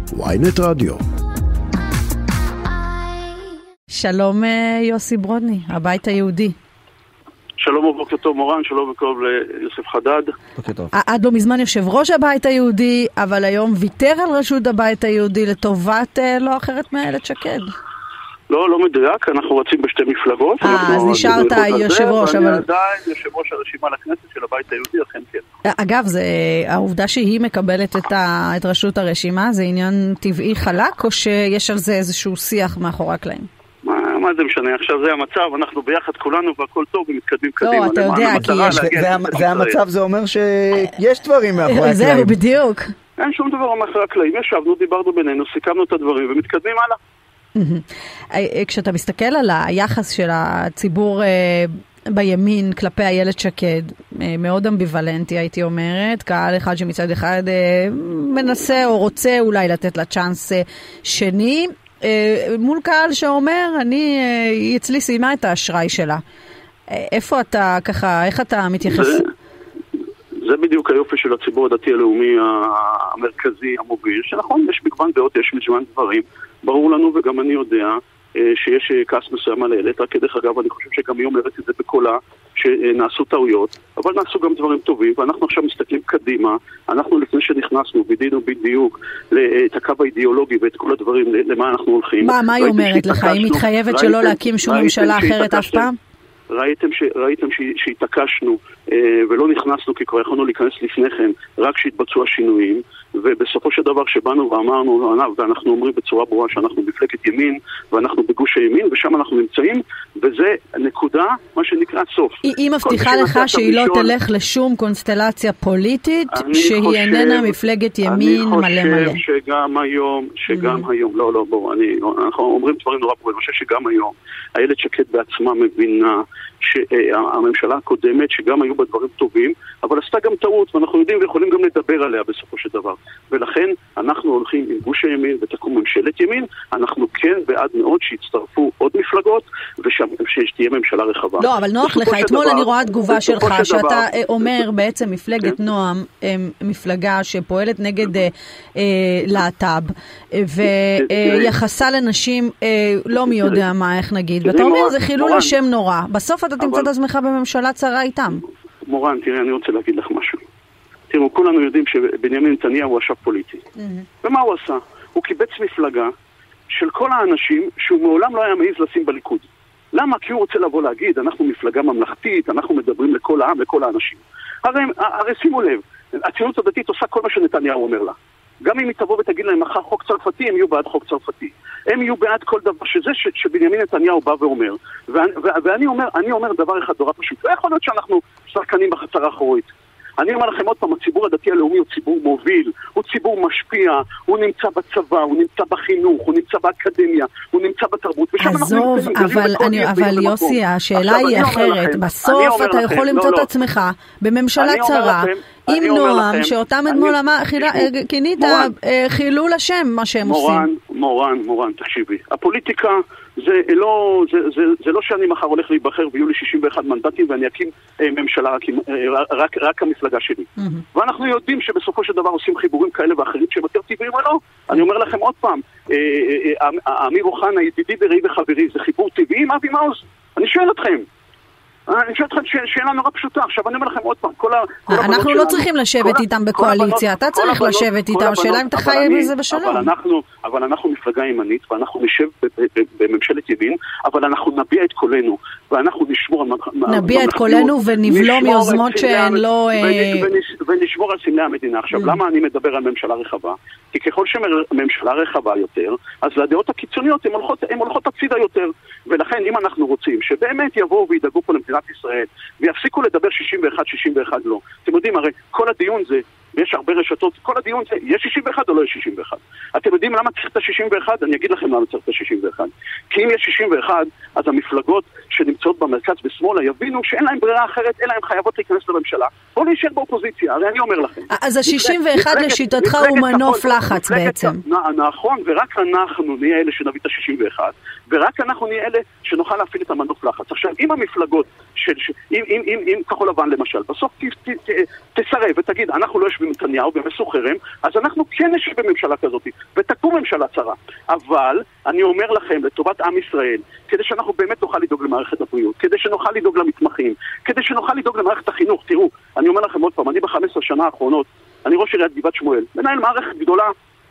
ynet רדיו. שלום יוסי ברודני, הבית היהודי. שלום ובוקר טוב מורן, שלום ובוקר ליוסף חדד. בוקר טוב. עד לא מזמן יושב ראש הבית היהודי, אבל היום ויתר על רשות הבית היהודי לטובת לא אחרת מאיילת שקד. לא מדויק, אנחנו רצים בשתי מפלגות. אז נשארת יושב ראש, אבל... ואני עדיין יושב ראש הרשימה לכנסת של הבית היהודי, אכן כן. אגב, העובדה שהיא מקבלת את רשות הרשימה, זה עניין טבעי חלק, או שיש על זה איזשהו שיח מאחורי הקלעים? מה זה משנה? עכשיו זה המצב, אנחנו ביחד כולנו והכל טוב ומתקדמים קדימה. לא, אתה יודע, כי יש... זה המצב, זה אומר שיש דברים מאחורי הקלעים. זהו, בדיוק. אין שום דבר מאחורי הקלעים, ישבנו, דיברנו בינינו, סיכמנו את הדברים ומתקדמים הלאה. כשאתה מסתכל על היחס של הציבור בימין כלפי איילת שקד, מאוד אמביוולנטי הייתי אומרת, קהל אחד שמצד אחד מנסה או רוצה אולי לתת לה צ'אנס שני, מול קהל שאומר, היא אצלי סיימה את האשראי שלה. איפה אתה ככה, איך אתה מתייחס? זה בדיוק היופי של הציבור הדתי הלאומי המרכזי, המוביל, שנכון, יש מגוון דעות, יש מגוון דברים. ברור לנו וגם אני יודע שיש כעס מסוים על איילת, רק כדרך אגב, אני חושב שגם היא אומרת את זה בקולה, שנעשו טעויות, אבל נעשו גם דברים טובים, ואנחנו עכשיו מסתכלים קדימה, אנחנו לפני שנכנסנו, וידינו בדיוק את הקו האידיאולוגי ואת כל הדברים, למה אנחנו הולכים. מה היא אומרת לך? היא מתחייבת שלא להקים שום ממשלה אחרת אף פעם? ראיתם שהתעקשנו ולא נכנסנו, כי כבר יכולנו להיכנס לפני כן, רק שהתבצעו השינויים, ובסופו של דבר שבאנו ואמרנו, ואנחנו אומרים בצורה ברורה שאנחנו מפלגת ימין, ואנחנו בגוש הימין, ושם אנחנו נמצאים, וזה נקודה, מה שנקרא סוף. היא מבטיחה לך שהיא לא תלך לשום קונסטלציה פוליטית, שהיא איננה מפלגת ימין מלא מלא. אני חושב שגם היום, לא, בואו, אנחנו אומרים דברים נורא ברורים, אני חושב שגם היום, איילת שקד בעצמה מבינה שהממשלה הקודמת, שגם היו בה דברים טובים, אבל עשתה גם טעות, ואנחנו יודעים ויכולים גם לדבר עליה בסופו של דבר. ולכן אנחנו הולכים עם גוש הימין ותקום ממשלת ימין, אנחנו כן בעד מאוד שיצטרפו עוד מפלגות, ושתהיה ממשלה רחבה. לא, אבל נוח לך, אתמול אני רואה תגובה שלך, שאתה אומר בעצם מפלגת נועם, מפלגה שפועלת נגד להט"ב, ויחסה לנשים לא מי יודע מה, איך נגיד, ואתה אומר זה חילול השם נורא, בסוף אתה תמצא את עצמך בממשלה צרה איתם. מורן, תראי, אני רוצה להגיד לך משהו. תראו, כולנו יודעים שבנימין נתניהו הוא אשף פוליטי. ומה הוא עשה? הוא קיבץ מפלגה של כל האנשים שהוא מעולם לא היה מעז לשים בליכוד. למה? כי הוא רוצה לבוא להגיד, אנחנו מפלגה ממלכתית, אנחנו מדברים לכל העם, לכל האנשים. הרי שימו לב, הציונות הדתית עושה כל מה שנתניהו אומר לה. גם אם היא תבוא ותגיד להם מחר חוק צרפתי, הם יהיו בעד חוק צרפתי. הם יהיו בעד כל דבר שזה שבנימין נתניהו בא ואומר. ואני אומר דבר אחד נורא פשוט. לא יכול להיות שאנחנו שחקנים בחצר האחורית. אני אומר לכם עוד פעם, הציבור הדתי הלאומי הוא ציבור מוביל, הוא ציבור משפיע, הוא נמצא בצבא, הוא נמצא בחינוך, הוא נמצא באקדמיה, הוא נמצא בתרבות. עזוב, אבל יוסי, השאלה היא אחרת. בסוף אתה יכול למצוא את עצמך בממשלה צרה, עם נועם, שאותם אתמול כינית חילול השם, מה שהם עושים. מורן, תקשיבי. הפוליטיקה זה לא שאני מחר הולך להיבחר ויהיו לי 61 מנדטים ואני אקים ממשלה רק המפלגה שלי. ואנחנו יודעים שבסופו של דבר עושים חיבורים כאלה ואחרים שהם יותר טבעיים או לא. אני אומר לכם עוד פעם, אמיר אוחנה, ידידי ורעי וחברי, זה חיבור טבעי עם אבי מעוז? אני שואל אתכם. שאלה נורא פשוטה. עכשיו אני אומר לכם עוד פעם, אנחנו לא צריכים לשבת איתם בקואליציה, אתה צריך לשבת איתם, השאלה אם אתה חי בזה בשלום. אבל אנחנו מפלגה ימנית, ואנחנו נשב בממשלת ימין, אבל אנחנו נביע את קולנו, ואנחנו נשמור על... נביע את קולנו ונבלום יוזמות שהן לא... ונשמור על סמלי המדינה. עכשיו, למה אני מדבר על ממשלה רחבה? כי ככל שממשלה רחבה יותר, אז לדעות הקיצוניות הן הולכות הצידה יותר. ולכן, אם אנחנו רוצים שבאמת יבואו וידאגו פה למדינת ישראל, ויפסיקו לדבר 61 לא. אתם יודעים, הרי כל הדיון זה, ויש הרבה רשתות, כל הדיון זה, יש 61 או לא יש 61? אתם יודעים למה צריך את ה-61? אני אגיד לכם למה צריך את ה-61. כי אם יש 61, אז המפלגות שנמצאות במרכז בשמאלה יבינו שאין להם ברירה אחרת, אלא הם חייבות להיכנס לממשלה. בואו נשאר באופוזיציה, הרי אני אומר לכם. אז ה-61 לשיטתך הוא מנוף לחץ בעצם. נכון, ורק אנחנו נהיה אלה שנביא את ה-61, ורק אנחנו נהיה אלה שנוכל להפעיל את המנוף לחץ. עכשיו, אם המפלגות, אם כחול לבן למשל, בסוף תסרב ותגיד, אנחנו לא יושבים נתניהו במסוחרם, אז אנחנו כן נשב בממשלה כזאת, ותקום ממשלה צרה. אבל אני אומר לכם, לטובת עם ישראל, כדי שאנחנו באמת נוכל לדאוג למערכת הבריאות, כדי שנוכל לדאוג למתמחים, כדי שנוכל לדאוג למערכת החינוך. תראו, אני אומר לכם עוד פעם, אני ב-15 שנה האחרונות, אני ראש עיריית גבעת שמואל, מנהל מערכת גדולה,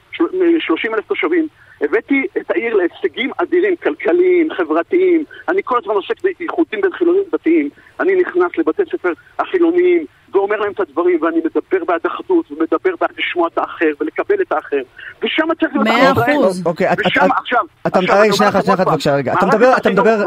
30,000 תושבים. הבאתי את העיר להישגים אדירים, כלכליים, חברתיים. אני כל הזמן עוסק בייחודים בין חילונים דתיים. אני נכנס לבתי ספר החילוניים ואומר להם את הדברים, ואני מדבר בעד אחדות, ומדבר בעד לשמוע את האחר ולקבל את האחר. ושם צריך להיות 100%. אוקיי, עכשיו, שנייה אחת, בבקשה, רגע. אתה מדבר...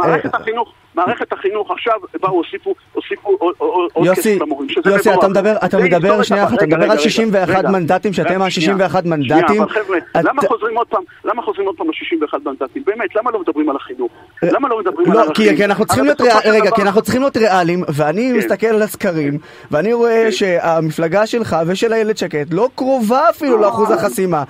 מערכת החינוך, עכשיו באו, הוסיפו עוד כסף למורים. יוסי, אתה מדבר, שנייה אחת, אתה מדבר על 61 מנדטים, שאתם על 61 מנדטים. למה חוזרים עוד פעם ל-61 מנדטים? באמת, למה לא מדברים על החינוך? למה לא מדברים על ערכים? כי אנחנו צריכים להיות ריאליים, ואני מסתכל על הסקרים, ואני רואה שהמפלגה שלך ושל איילת שקד לא קרובה אפילו לאחוז החסימה.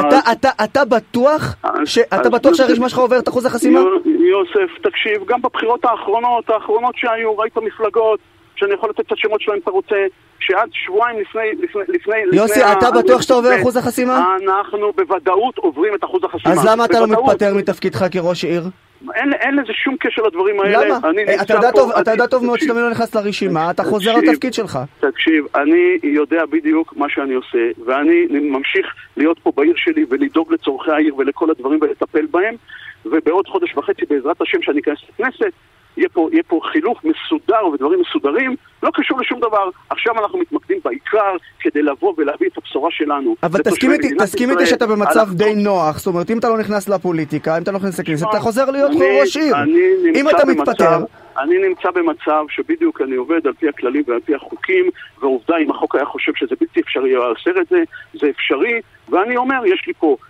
אתה בטוח שהרשימה שלך עוברת אחוז החסימה? יוסף, תקשיב, גם בבחירות האחרונות שהיו, ראית מפלגות, שאני יכול לתת את השמות שלהם, אתה רוצה, שעד שבועיים לפני... יוסי, אתה בטוח שאתה עובר אחוז החסימה? אנחנו בוודאות עוברים את אחוז החסימה. אז למה אתה לא מתפטר מתפקידך כראש עיר? אין לזה שום קשר לדברים האלה. למה? אתה יודע טוב מאוד שאתה לא נכנס לרשימה, אתה חוזר לתפקיד שלך. תקשיב, אני יודע בדיוק מה שאני עושה, ואני ממשיך להיות פה בעיר שלי ולדאוג לצורכי העיר ולכל הדברים ולטפל בהם, ובעוד חודש וחצי בעזרת השם שאני אכנס לכנסת, יהיה פה חילוף מסודר ודברים מסודרים, לא קשור לשום דבר. עכשיו אנחנו מתמקדים בעיקר כדי לבוא ולהביא את הבשורה שלנו. אבל תסכים איתי שאתה במצב די נוח. זאת אומרת, אם אתה לא נכנס לפוליטיקה, אם אתה לא נכנס לכנסת, אתה חוזר להיות ראש עיר. אם אתה מתפטר... אני נמצא במצב שבדיוק אני עובד על פי הכללים ועל פי החוקים, ועובדה, אם החוק היה חושב שזה בלתי אפשרי לעשות את זה, זה אפשרי, ואני אומר, יש לי פה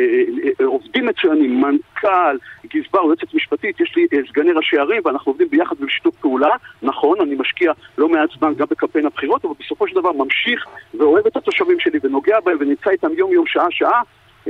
עובדים מצוינים, מנכ"ל, גזבר, יועצת משפטית, יש לי סגני ראשי ערים, ואנחנו עובדים ביחד בשיתוף פעולה. נכון, אני משקיע לא מעט זמן גם בקמפיין הבחירות, אבל בסופו של דבר ממשיך ואוהב את התושבים שלי ונוגע בהם ונמצא איתם יום שעה,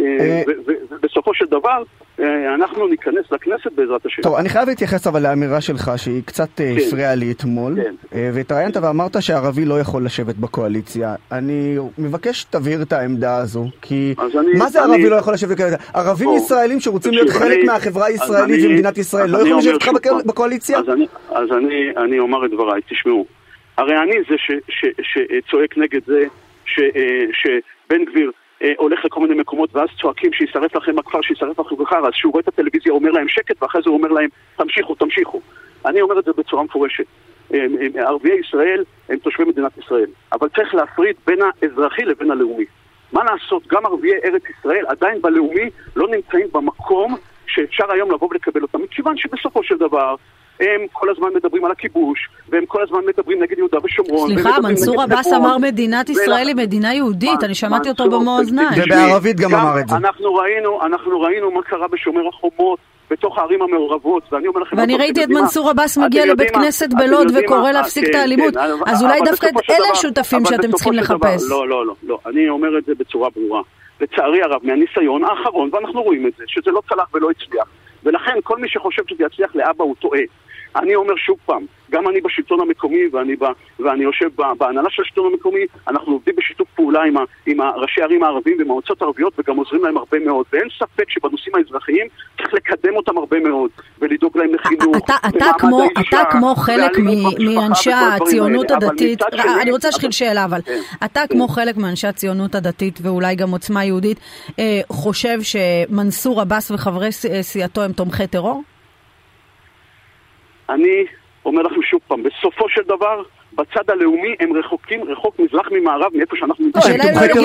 ובסופו של דבר אנחנו ניכנס לכנסת בעזרת השם. טוב, אני חייב להתייחס אבל לאמירה שלך שהיא קצת הפריעה לי אתמול, והתראיינת ואמרת שערבי לא יכול לשבת בקואליציה. אני מבקש שתבהיר את העמדה הזו, כי מה זה ערבי לא יכול לשבת בקואליציה? ערבים ישראלים שרוצים להיות חלק מהחברה הישראלית ומדינת ישראל לא יכולים לשבת איתך בקואליציה? אז אני אומר את דבריי, תשמעו. הרי אני זה שצועק נגד זה שבן גביר הולך לכל מיני מקומות ואז צועקים שישרף לכם הכפר, שישרף לכם בכר, אז שהוא רואה את הטלוויזיה אומר להם שקט ואחרי זה הוא אומר להם תמשיכו. אני אומר את זה בצורה מפורשת. ערביי ישראל הם תושבי מדינת ישראל, אבל צריך להפריד בין האזרחי לבין הלאומי. מה לעשות? גם ערביי ארץ ישראל עדיין בלאומי לא נמצאים במקום שאפשר היום לבוא ולקבל אותם, מכיוון שבסופו של דבר הם כל הזמן מדברים על הכיבוש, והם כל הזמן מדברים נגד יהודה ושומרון. סליחה, מנסור עבאס אמר מדינת ישראל היא מדינה יהודית, אני שמעתי אותו במו אוזניי. ובערבית גם אמר את זה. אנחנו ראינו מה קרה בשומר החומות, בתוך הערים המעורבות, ואני אומר לכם... ואני ראיתי את מנסור עבאס מגיע לבית כנסת בלוד וקורא להפסיק את האלימות, אז אולי דווקא אלה השותפים שאתם צריכים לחפש. לא, אני אומר את זה בצורה ברורה. לצערי הרב, מהניסיון האחרון, ואנחנו רואים את זה, שזה לא צלח ולא הצליח. ולכן כל מי שחושב שזה יצליח לאבא הוא טועה. אני אומר שוב פעם, גם אני בשלטון המקומי ואני יושב בהנהלה של השלטון המקומי, אנחנו עובדים בשיתוף פעולה עם ראשי הערים הערבים ומועצות ערביות וגם עוזרים להם הרבה מאוד, ואין ספק שבנושאים האזרחיים צריך לקדם אותם הרבה מאוד ולדאוג להם לחינוך. אתה כמו חלק מאנשי הציונות הדתית, אני רוצה לשחיל שאלה, אבל אתה כמו חלק מאנשי הציונות הדתית ואולי גם עוצמה יהודית, חושב שמנסור עבאס וחברי סיעתו הם תומכי טרור? אני אומר לכם שוב פעם, בסופו של דבר, בצד הלאומי הם רחוק מזרח ממערב מאיפה שאנחנו נמצאים.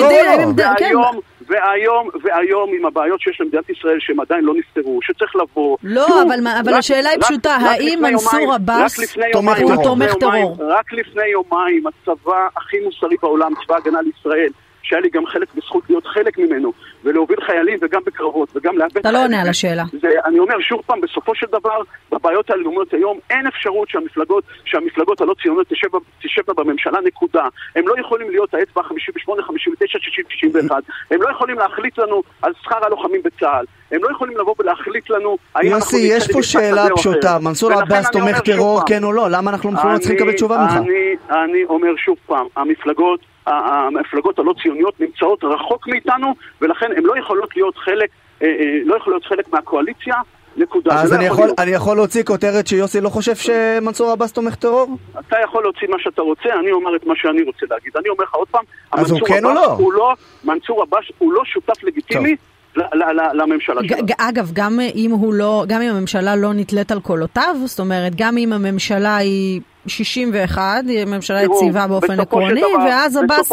והיום עם הבעיות שיש למדינת ישראל שהם עדיין לא נפתרו, שצריך לבוא... לא, אבל השאלה היא פשוטה, האם מנסור עבאס הוא תומך טרור? רק לפני יומיים, הצבא הכי מוסרי בעולם, צבא הגנה לישראל, שהיה לי גם חלק בזכות להיות חלק ממנו, ולהוביל חיילים וגם בקרבות, וגם לאבד... אתה לא עונה על השאלה. אני אומר שוב פעם, בסופו של דבר, בבעיות הלאומיות היום, אין אפשרות שהמפלגות הלא ציונות תשבנה בממשלה, נקודה. הם לא יכולים להיות האצבע 58, 59, 60, 61. הם לא יכולים להחליט לנו על שכר הלוחמים בצה"ל. הם לא יכולים לבוא ולהחליט לנו... יוסי, יש פה שאלה פשוטה. מנסור עבאס תומך טרור, כן או לא? למה אנחנו לא צריכים לקבל תשובה ממך? אני אומר שוב פעם, המפלגות המפלגות הלא ציוניות נמצאות רחוק מאיתנו, ולכן הן לא יכולות להיות חלק מהקואליציה. נקודה. אז אני יכול להוציא כותרת שיוסי לא חושב שמנסור עבאס תומך טרור? אתה יכול להוציא מה שאתה רוצה, אני אומר את מה שאני רוצה להגיד. אני אומר לך עוד פעם, אז הוא כן או לא? מנסור עבאס הוא לא שותף לגיטימי לממשלה שלנו. אגב, גם אם הממשלה לא נתלית על קולותיו, זאת אומרת, גם אם הממשלה היא 61, היא ממשלה יציבה באופן עקרוני, ואז עבאס...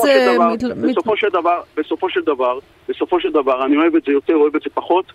בסופו של דבר, אני אוהב את זה יותר, אוהב את זה פחות,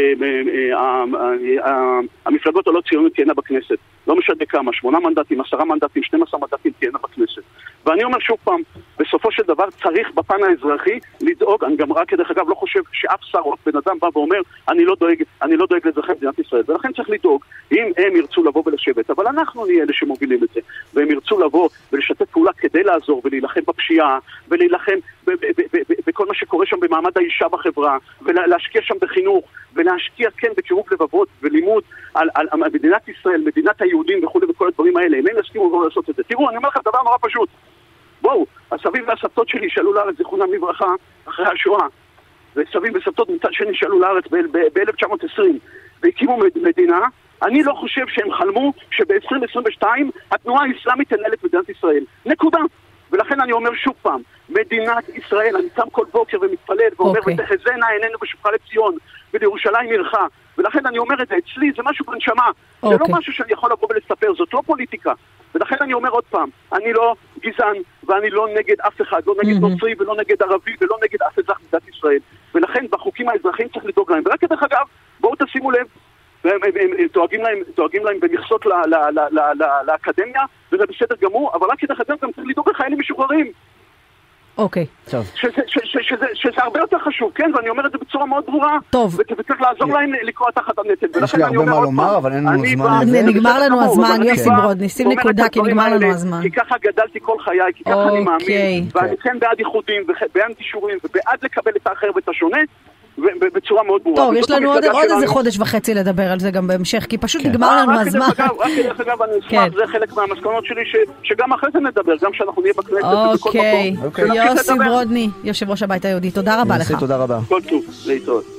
המפלגות הלא ציוניות תהיינה בכנסת, לא משנה כמה, 8 מנדטים, 10 מנדטים, 12 מנדטים תהיינה בכנסת. ואני אומר שוב פעם, בסופו של דבר צריך בפן האזרחי לדאוג, אני גם רק דרך אגב לא חושב שאף שר או אף בן אדם בא ואומר אני לא דואג לאזרחי מדינת ישראל, ולכן צריך לדאוג, אם הם ירצו לבוא ולשבת, אבל אנחנו נהיה אלה שמובילים את זה, והם ירצו לבוא ולשתף פעולה כדי לעזור ולהילחם בפשיעה, ולהילחם בכל מה שקורה שם במעמד האישה בחברה, ולהשקיע שם בחינוך, ולהשקיע כן בקירוב לבבות ולימוד על מדינת ישראל, מדינת היהודים וכו' וכל הדברים האלה. אם הם יסכימו לעשות את זה. תראו, אני אומר לכם דבר נורא פשוט. בואו, הסבים והסבתות שלי שעלו לארץ, זיכרונם לברכה, אחרי השואה, וסבים וסבתות מצד שני שעלו לארץ ב-1920, והקימו מדינה. אני לא חושב שהם חלמו שב-2022 התנועה האסלאמית תנהל את מדינת ישראל. נקודה. ולכן אני אומר שוב פעם, מדינת ישראל, אני קם כל בוקר ומתפלל ואומר ותחזינה עינינו בשובך לציון ולירושלים עירך, ולכן אני אומר את זה, אצלי זה משהו בנשמה, זה לא משהו שאני יכול לבוא ולספר, זאת לא פוליטיקה, ולכן אני אומר עוד פעם, אני לא גזען ואני לא נגד אף אחד, לא נגד נוצרי ולא נגד ערבי ולא נגד אף אזרח מדינת ישראל, ולכן בחוקים האזרחיים צריך לדאוג להם, ורק דרך אגב, בואו תשימו לב, הם דואגים להם במכסות לאקדמיה, וזה בסדר גמור, אבל רק כדרך אגב גם צריך לדאוג לחיילים משוחררים. אוקיי. שזה הרבה יותר חשוב, כן, ואני אומר את זה בצורה מאוד ברורה. טוב. וצריך לעזור להם לקרוא תחת הנטל. יש לי הרבה מה לומר, אבל אין לנו זמן. נגמר לנו הזמן, יוסי ברוד, ניסים נקודה, כי נגמר לנו הזמן. כי ככה גדלתי כל חיי, כי ככה אני מאמין, ואני כן בעד ייחודים, ובעד קישורים, ובעד לקבל את האחר ואת השונה, בצורה מאוד ברורה. טוב, יש לנו עוד איזה חודש וחצי לדבר על זה גם בהמשך, כי פשוט נגמר לנו הזמן. רק דרך אגב, אני אשמח, זה חלק מהמסקנות שלי, שגם אחרי זה נדבר, גם שאנחנו נהיה בכנסת ובכל מקום. יוסי ברודני, יושב ראש הבית היהודי, תודה רבה לך. תודה רבה. כל טוב, להתראות.